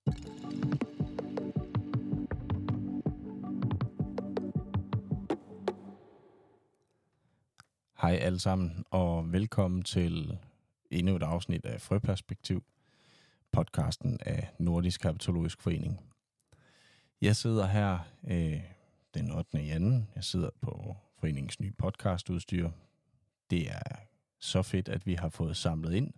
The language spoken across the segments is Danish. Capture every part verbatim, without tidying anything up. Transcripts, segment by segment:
Hej alle sammen, og velkommen til endnu et afsnit af Frøperspektiv, podcasten af Nordisk Herpetologisk Forening. Jeg sidder her øh, den ottende januar Jeg sidder på foreningens nye podcastudstyr. Det er så fedt, at vi har fået samlet ind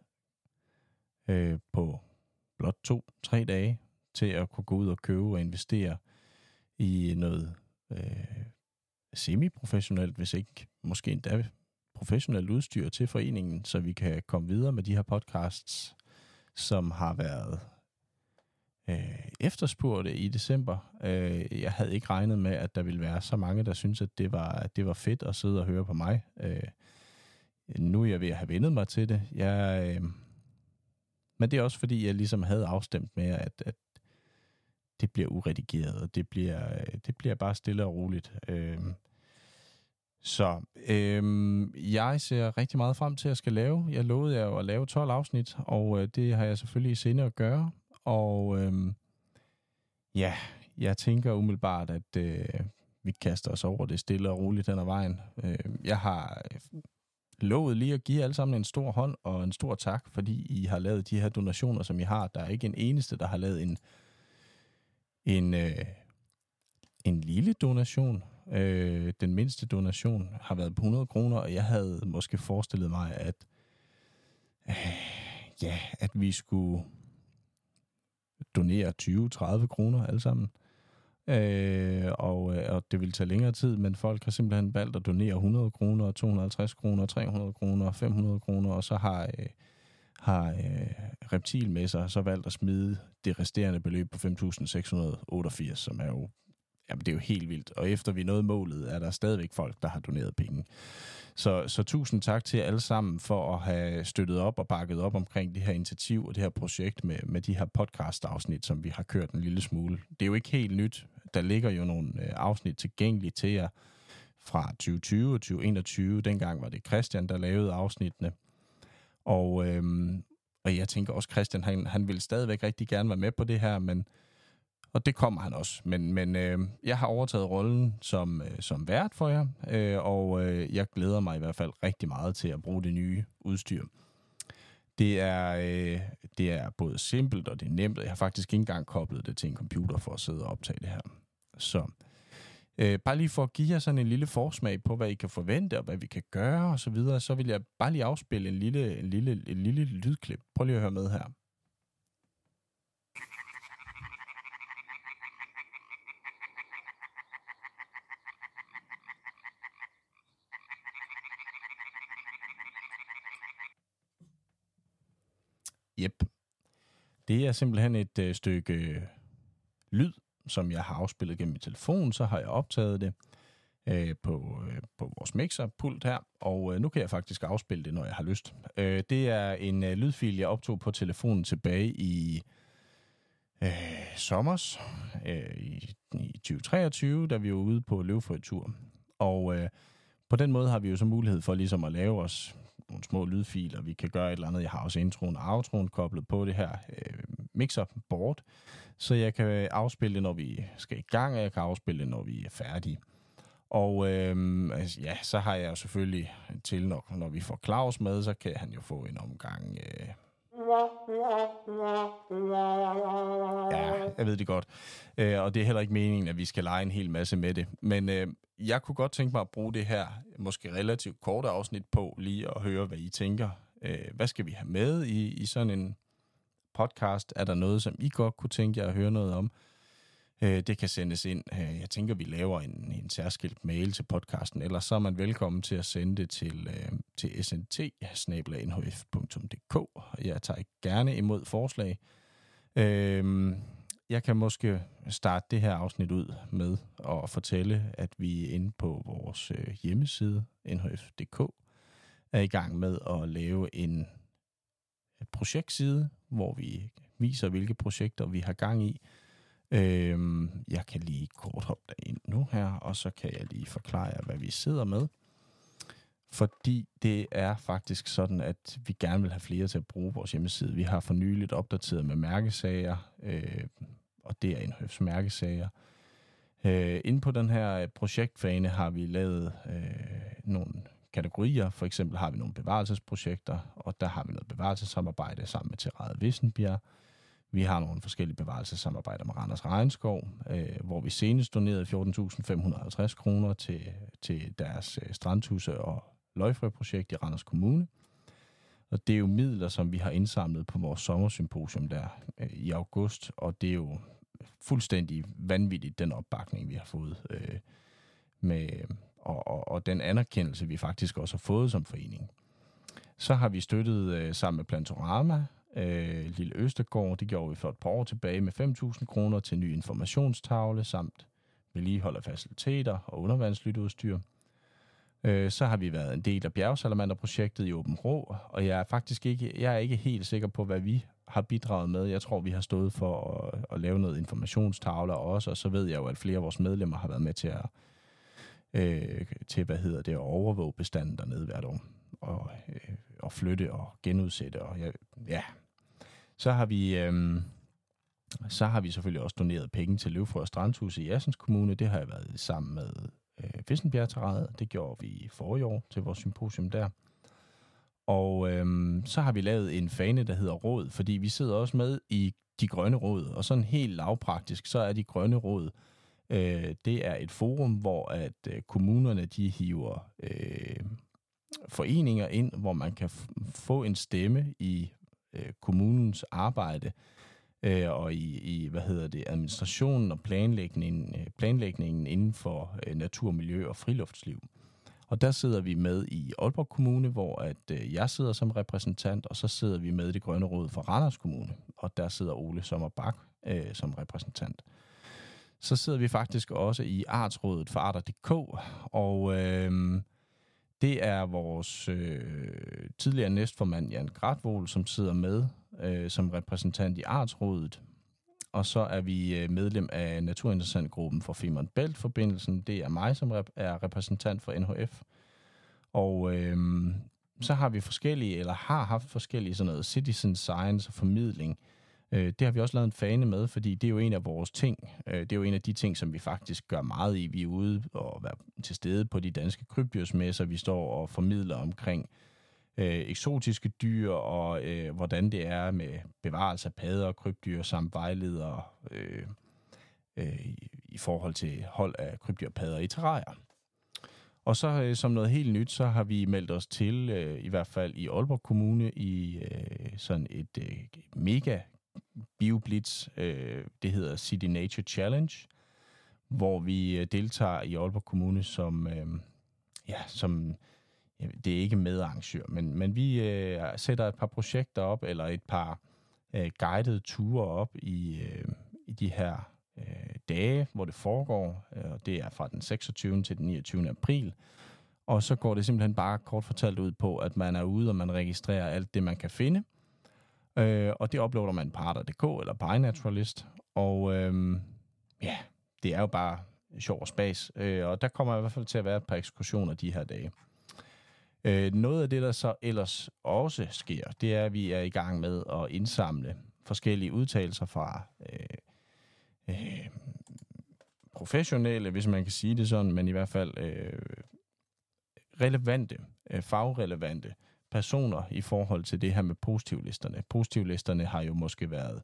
øh, på blot to-tre dage til at kunne gå ud og købe og investere i noget øh, semi-professionelt, hvis ikke måske endda professionelt udstyr til foreningen, så vi kan komme videre med de her podcasts, som har været øh, efterspurgte i december. Øh, jeg havde ikke regnet med, at der ville være så mange, der synes, at det var, at det var fedt at sidde og høre på mig. Øh, nu er jeg ved at have vendet mig til det. Jeg, øh, men det er også fordi, jeg ligesom havde afstemt med, at, at det bliver uredigeret, og det bliver, det bliver bare stille og roligt. Øh, Så øhm, jeg ser rigtig meget frem til at skal lave. Jeg lovede jer jo at lave tolv afsnit, og øh, det har jeg selvfølgelig i sinde at gøre. Og øhm, ja, jeg tænker umiddelbart, at øh, vi kaster os over det stille og roligt hen ad vejen. Øh, jeg har lovet lige at give alle sammen en stor hånd og en stor tak, fordi I har lavet de her donationer, som I har. Der er ikke en eneste, der har lavet en, en, øh, en lille donation. Øh, den mindste donation har været på hundrede kroner, og jeg havde måske forestillet mig, at øh, ja, at vi skulle donere tyve til tredive kroner alle sammen. Øh, og, og det ville tage længere tid, men folk har simpelthen valgt at donere hundrede kroner, to hundrede og halvtreds kroner, tre hundrede kroner, fem hundrede kroner, og så har, øh, har øh, Reptilmesser så valgt at smide det resterende beløb på fem tusind seks hundrede og otteogfirs, som er jo Jamen, det er jo helt vildt. Og efter vi nåede målet, er der stadigvæk folk, der har doneret penge. Så, så tusind tak til jer alle sammen for at have støttet op og bakket op omkring det her initiativ og det her projekt med, med de her podcast-afsnit, som vi har kørt en lille smule. Det er jo ikke helt nyt. Der ligger jo nogle afsnit tilgængelige til jer fra tyve tyve og tyve enogtyve. Dengang var det Christian, der lavede afsnittene. Og, øhm, og jeg tænker også, Christian, han, han vil stadigvæk rigtig gerne være med på det her, men og det kommer han også, men, men øh, jeg har overtaget rollen som, øh, som vært for jer, øh, og øh, jeg glæder mig i hvert fald rigtig meget til at bruge det nye udstyr. Det er, øh, det er både simpelt og det er nemt, og jeg har faktisk ikke engang koblet det til en computer for at sidde og optage det her. Så øh, bare lige for at give jer sådan en lille forsmag på, hvad I kan forvente og hvad vi kan gøre og så videre, så vil jeg bare lige afspille en lille, en lille, en lille lydklip. Prøv lige at høre med her. Yep. Det er simpelthen et øh, stykke øh, lyd, som jeg har afspillet gennem min telefon. Så har jeg optaget det øh, på, øh, på vores mixerpult her, og øh, nu kan jeg faktisk afspille det, når jeg har lyst. Øh, det er en øh, lydfil, jeg optog på telefonen tilbage i øh, sommers øh, i, i tyve treogtyve, da vi var ude på løvfrøtur. Og øh, på den måde har vi jo så mulighed for ligesom at lave os nogle små lydfiler. Vi kan gøre et eller andet. Jeg har også introen og outroen koblet på det her øh, mixerboard, så jeg kan afspille det, når vi skal i gang, og jeg kan afspille det, når vi er færdige. Og øh, altså, ja, så har jeg jo selvfølgelig til, når, når vi får Claus med, så kan han jo få en omgang øh, ja, jeg ved det godt. Øh, og det er heller ikke meningen, at vi skal lege en hel masse med det. Men øh, jeg kunne godt tænke mig at bruge det her, måske relativt korte afsnit på, lige at høre, hvad I tænker. Øh, hvad skal vi have med i, i sådan en podcast? Er der noget, som I godt kunne tænke jer at høre noget om? Øh, det kan sendes ind. Øh, jeg tænker, vi laver en, en særskilt mail til podcasten, ellers så er man velkommen til at sende det til, øh, til s n t bindestreg n h f punktum d k. Jeg tager gerne imod forslag. Øh, jeg kan måske starte det her afsnit ud med at fortælle, at vi inde på vores øh, hjemmeside, n h f punktum d k, er i gang med at lave en projektside, hvor vi viser, hvilke projekter vi har gang i. Øhm, jeg kan lige kort hoppe derind nu her, og så kan jeg lige forklare jer, hvad vi sidder med. fordi det er faktisk sådan, at vi gerne vil have flere til at bruge vores hjemmeside. Vi har for nyligt opdateret med mærkesager, øh, og det er N H F's mærkesager. Øh, inde på den her projektfane har vi lavet øh, nogle kategorier. For eksempel har vi nogle bevarelsesprojekter, og der har vi noget bevarelsessamarbejde sammen med Terrade Vissenbjerg. Vi har nogle forskellige bevarelsessamarbejder med Randers Regnskov, øh, hvor vi senest donerede fjorten tusind fem hundrede og halvtreds kroner til, til deres øh, strandhuse- og løgfrøprojekt i Randers Kommune. Og det er jo midler, som vi har indsamlet på vores sommersymposium der øh, i august, og det er jo fuldstændig vanvittigt, den opbakning, vi har fået øh, med, og, og, og den anerkendelse, vi faktisk også har fået som forening. Så har vi støttet øh, sammen med Plantorama, øh, Lille Østergård, det gjorde vi for et par år tilbage med fem tusind kroner til ny informationstavle, samt vedligehold af faciliteter og undervandslytteudstyr. Øh, så har vi været en del af bjergsalamanderprojektet i Åben Rå, og jeg er faktisk ikke, jeg er ikke helt sikker på, hvad vi har bidraget med. Jeg tror, vi har stået for at, at lave noget informationstavler også, og så ved jeg jo, at flere af vores medlemmer har været med til at, øh, til, hvad hedder det, at overvåge bestanden dernede hvert år, og, øh, og flytte og genudsætte. Og ja, ja. Så har vi... Øh, så har vi selvfølgelig også doneret penge til Løvfrø og Strandhus i Assens Kommune. Det har jeg været sammen med øh, Vissenbjerg-Terrade. Det gjorde vi forrige år til vores symposium der. Og øhm, så har vi lavet en fane, der hedder Råd, fordi vi sidder også med i de grønne råd. Og sådan helt lavpraktisk, så er de grønne råd, øh, det er et forum, hvor at øh, kommunerne de hiver øh, foreninger ind, hvor man kan f- få en stemme i øh, kommunens arbejde, øh, og i, i, hvad hedder det, administrationen og planlægningen, øh, planlægningen inden for øh, natur, miljø og friluftsliv. Og der sidder vi med i Aalborg Kommune, hvor at, øh, jeg sidder som repræsentant, og så sidder vi med i det grønne råd for Randers Kommune, og der sidder Ole Sommerbak øh, som repræsentant. Så sidder vi faktisk også i Artsrådet for Arter punktum d k, og øh, det er vores øh, tidligere næstformand Jan Gratvold, som sidder med øh, som repræsentant i Artsrådet. Og så er vi medlem af Naturinteressantgruppen for Femern Bælt-forbindelsen. Det er mig, som rep- er repræsentant for N H F. Og øhm, så har vi forskellige, eller har haft forskellige sådan noget citizen science og formidling. Øh, det har vi også lavet en fane med, fordi det er jo en af vores ting. Øh, det er jo en af de ting, som vi faktisk gør meget i. Vi er ude og være til stede på de danske krybdyrsmesser. Vi står og formidler omkring Øh, eksotiske dyr, og øh, hvordan det er med bevarelse af padder og krybdyr, samt vejledere øh, øh, i forhold til hold af krybdyr og padder i terrarier. Og så øh, som noget helt nyt, så har vi meldt os til, øh, i hvert fald i Aalborg Kommune, i øh, sådan et øh, mega bioblitz, øh, det hedder City Nature Challenge, hvor vi øh, deltager i Aalborg Kommune som, øh, ja, som det er ikke medarrangør, men, men vi øh, sætter et par projekter op, eller et par øh, guidede ture op i, øh, i de her øh, dage, hvor det foregår. Og det er fra den seksogtyvende til den niogtyvende april. Og så går det simpelthen bare kort fortalt ud på, at man er ude, og man registrerer alt det, man kan finde. Øh, og det uploader man på arter punktum d k eller på iNaturalist. Og øh, ja, det er jo bare sjov og spas. Øh, og der kommer i hvert fald til at være et par ekskursioner de her dage. Øh, noget af det, der så ellers også sker, det er, at vi er i gang med at indsamle forskellige udtalelser fra øh, øh, professionelle, hvis man kan sige det sådan, men i hvert fald øh, relevante, øh, fagrelevante personer i forhold til det her med positivlisterne. Positivlisterne har jo måske været,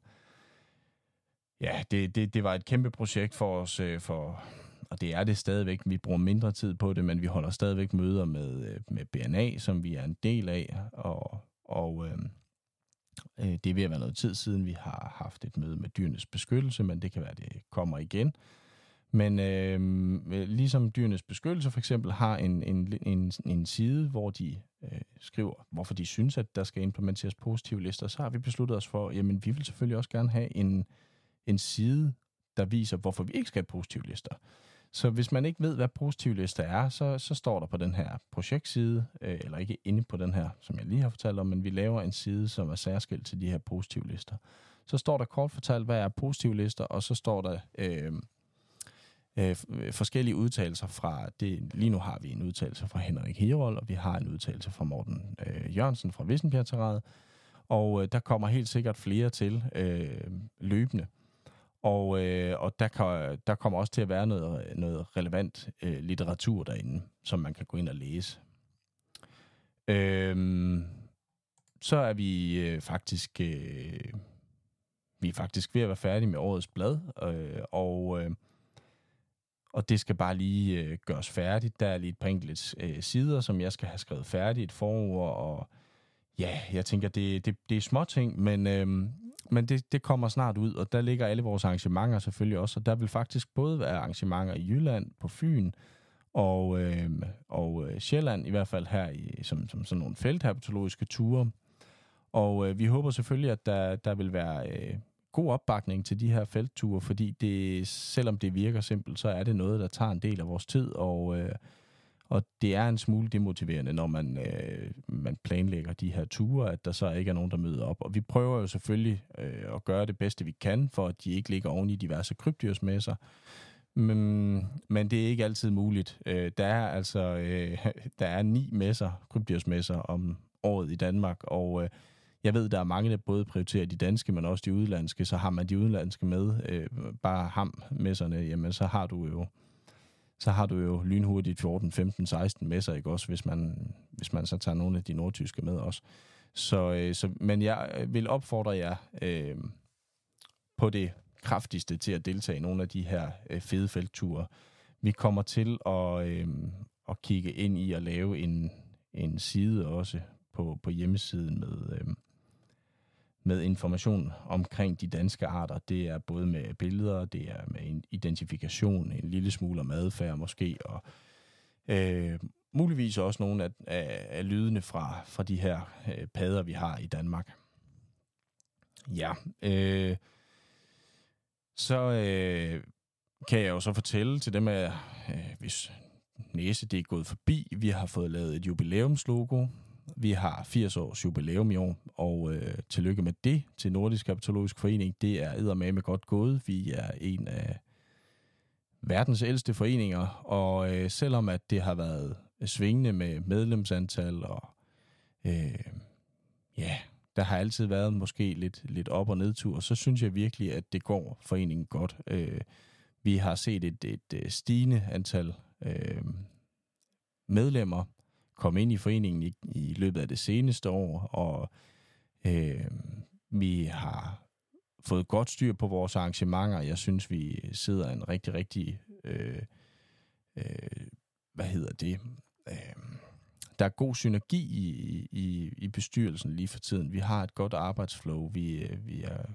ja, det, det, det var et kæmpe projekt for os, øh, for... Og det er det stadigvæk. Vi bruger mindre tid på det, men vi holder stadigvæk møder med, med B N A, som vi er en del af. Og, og øh, det er ved at være noget tid siden, vi har haft et møde med Dyrenes Beskyttelse, men det kan være, det kommer igen. Men øh, ligesom Dyrenes Beskyttelse for eksempel har en, en, en, en side, hvor de øh, skriver, hvorfor de synes, at der skal implementeres positive lister, så har vi besluttet os for, jamen vi vil selvfølgelig også gerne have en, en side, der viser, hvorfor vi ikke skal have positive lister. Så hvis man ikke ved, hvad positive lister er, så, så står der på den her projektside, øh, eller ikke inde på den her, som jeg lige har fortalt om, men vi laver en side, som er særskilt til de her positive lister. Så står der kort fortalt, hvad er positive lister, og så står der, øh, øh, forskellige udtalelser fra, det, lige nu har vi en udtalelse fra Henrik Herold, og vi har en udtalelse fra Morten øh, Jørgensen fra Vissenbjerg-terræet, og øh, der kommer helt sikkert flere til øh, løbende. Og, øh, og der, kan, der kommer også til at være noget, noget relevant øh, litteratur derinde, som man kan gå ind og læse. Øh, så er vi øh, faktisk øh, vi er faktisk ved at være færdige med årets blad, øh, og, øh, og det skal bare lige øh, gøres færdigt. Der er lige et par enkelte øh, sider, som jeg skal have skrevet færdigt, et forord, og ja, jeg tænker, det, det, det er småting, men, øh, men det, det kommer snart ud, og der ligger alle vores arrangementer selvfølgelig også, og der vil faktisk både være arrangementer i Jylland, på Fyn, og, øh, og Sjælland, i hvert fald her, i, som, som sådan nogle feltherpetologiske ture. Og øh, vi håber selvfølgelig, at der, der vil være øh, god opbakning til de her feltture, fordi det, selvom det virker simpelt, så er det noget, der tager en del af vores tid, og, øh, og det er en smule demotiverende, når man, øh, man planlægger de her ture, at der så ikke er nogen, der møder op. Og vi prøver jo selvfølgelig øh, at gøre det bedste, vi kan, for at de ikke ligger oven i diverse krybdyrsmesser. Men, men det er ikke altid muligt. Øh, der er altså øh, der er ni messer, krybdyrsmesser om året i Danmark, og øh, jeg ved, der er mange, der både prioriterer de danske, men også de udenlandske. Så har man de udenlandske med, øh, bare ham-messerne, jamen så har du jo så har du jo lynhurtigt fjorten, femten, seksten messer, ikke også, hvis man, hvis man så tager nogle af de nordtyske med også. Så, øh, så, men jeg vil opfordre jer øh, på det kraftigste til at deltage i nogle af de her øh, fede feltture. Vi kommer til at, øh, at kigge ind i at lave en, en side også på, på hjemmesiden med, øh, med information omkring de danske arter. Det er både med billeder, det er med en identifikation, en lille smule om adfærd måske, og øh, muligvis også nogle af, af, af lydene fra, fra de her øh, padder, vi har i Danmark. Ja, øh, så øh, kan jeg jo så fortælle til dem, at øh, hvis næse det er gået forbi, vi har fået lavet et jubilæumslogo. Vi har firs års jubilæum i år, og øh, tillykke med det til Nordisk Herpetologisk Forening. Det er eddermame godt gået. Vi er en af verdens ældste foreninger, og øh, selvom at det har været svingende med medlemsantal, og øh, ja, der har altid været måske lidt, lidt op- og nedtur, så synes jeg virkelig, at det går foreningen godt. Øh, vi har set et, et, et stigende antal øh, medlemmer komme ind i foreningen i, i løbet af det seneste år, og øh, vi har fået godt styr på vores arrangementer. Jeg synes, vi sidder en rigtig, rigtig, øh, øh, hvad hedder det, øh, der er god synergi i, i, i bestyrelsen lige for tiden. Vi har et godt arbejdsflow. Vi, vi er,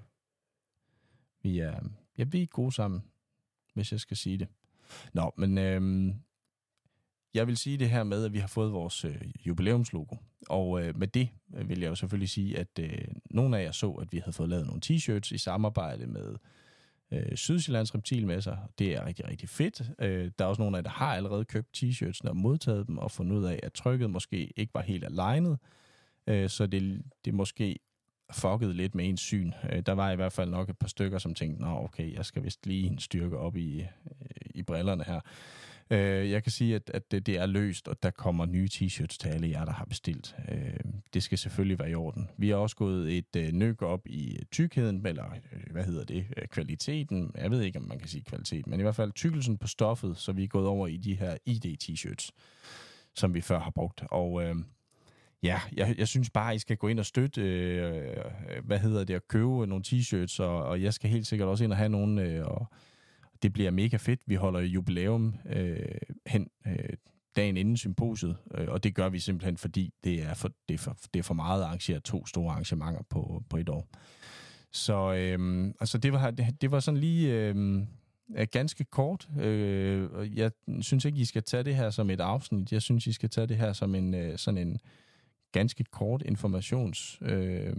vi er, ja, vi er gode sammen, hvis jeg skal sige det. Nå, men øh, jeg vil sige det her med, at vi har fået vores øh, jubilæumslogo. Og øh, med det vil jeg jo selvfølgelig sige, at øh, nogle af jer så, at vi havde fået lavet nogle t-shirts i samarbejde med øh, Sydsjællands Reptilmesser. Det er rigtig, rigtig fedt. Øh, der er også nogle af jer, der har allerede købt t-shirts og modtaget dem og fundet ud af, at trykket måske ikke var helt alignet. Øh, så det, det måske fuckede lidt med ens syn. Øh, der var i hvert fald nok et par stykker, som tænkte, nå okay, jeg skal vist lige en styrke op i, øh, i brillerne her. Jeg kan sige, at, at det, det er løst, og der kommer nye t-shirts til alle jer, der har bestilt. Det skal selvfølgelig være i orden. Vi har også gået et nøk op i tykkheden, eller hvad hedder det, kvaliteten. Jeg ved ikke, om man kan sige kvalitet, men i hvert fald tykkelsen på stoffet, så vi er gået over i de her I D-t-shirts, som vi før har brugt. Og øh, ja, jeg, jeg synes bare, I skal gå ind og støtte, øh, hvad hedder det, at købe nogle t-shirts, og, og jeg skal helt sikkert også ind og have nogle, øh, og det bliver mega fedt. Vi holder jubilæum øh, hen øh, dagen inden symposiet, øh, og det gør vi simpelthen, fordi det er for, det er for, det er for meget at arrangere to store arrangementer på, på et år. Så øh, altså det, var, det, det var sådan lige øh, ganske kort. Øh, jeg synes ikke, I skal tage det her som et afsnit. Jeg synes, I skal tage det her som en, øh, sådan en ganske kort informations øh,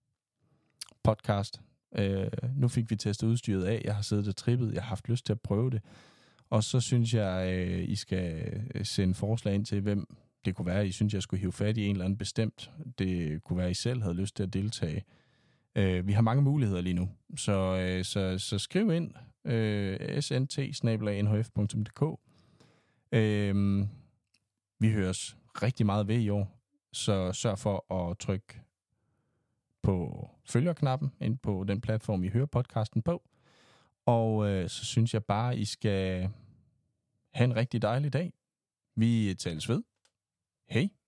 podcast. Øh, nu fik vi testet udstyret af. Jeg har siddet og trippet. Jeg har haft lyst til at prøve det. Og så synes jeg, øh, I skal sende forslag ind til, hvem det kunne være. I synes, jeg skulle hive fat i en eller anden bestemt. Det kunne være, I selv havde lyst til at deltage. Øh, vi har mange muligheder lige nu. Så, øh, så, så skriv ind. øh, s n t bindestreg n h f punktum d k. Øh, vi høres rigtig meget ved i år, så sørg for at trykke på følgerknappen ind på den platform, I hører podcasten på. Og øh, så synes jeg bare, I skal have en rigtig dejlig dag. Vi tales ved. Hej.